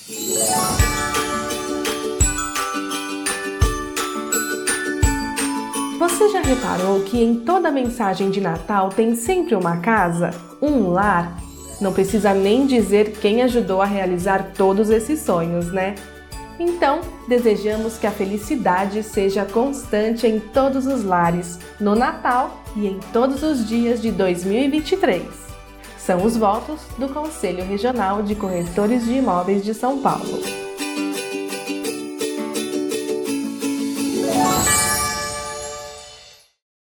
Você já reparou que em toda mensagem de Natal tem sempre uma casa, um lar? Não precisa nem dizer quem ajudou a realizar todos esses sonhos, né? Então, desejamos que a felicidade seja constante em todos os lares, no Natal e em todos os dias de 2023. São os votos do Conselho Regional de Corretores de Imóveis de São Paulo.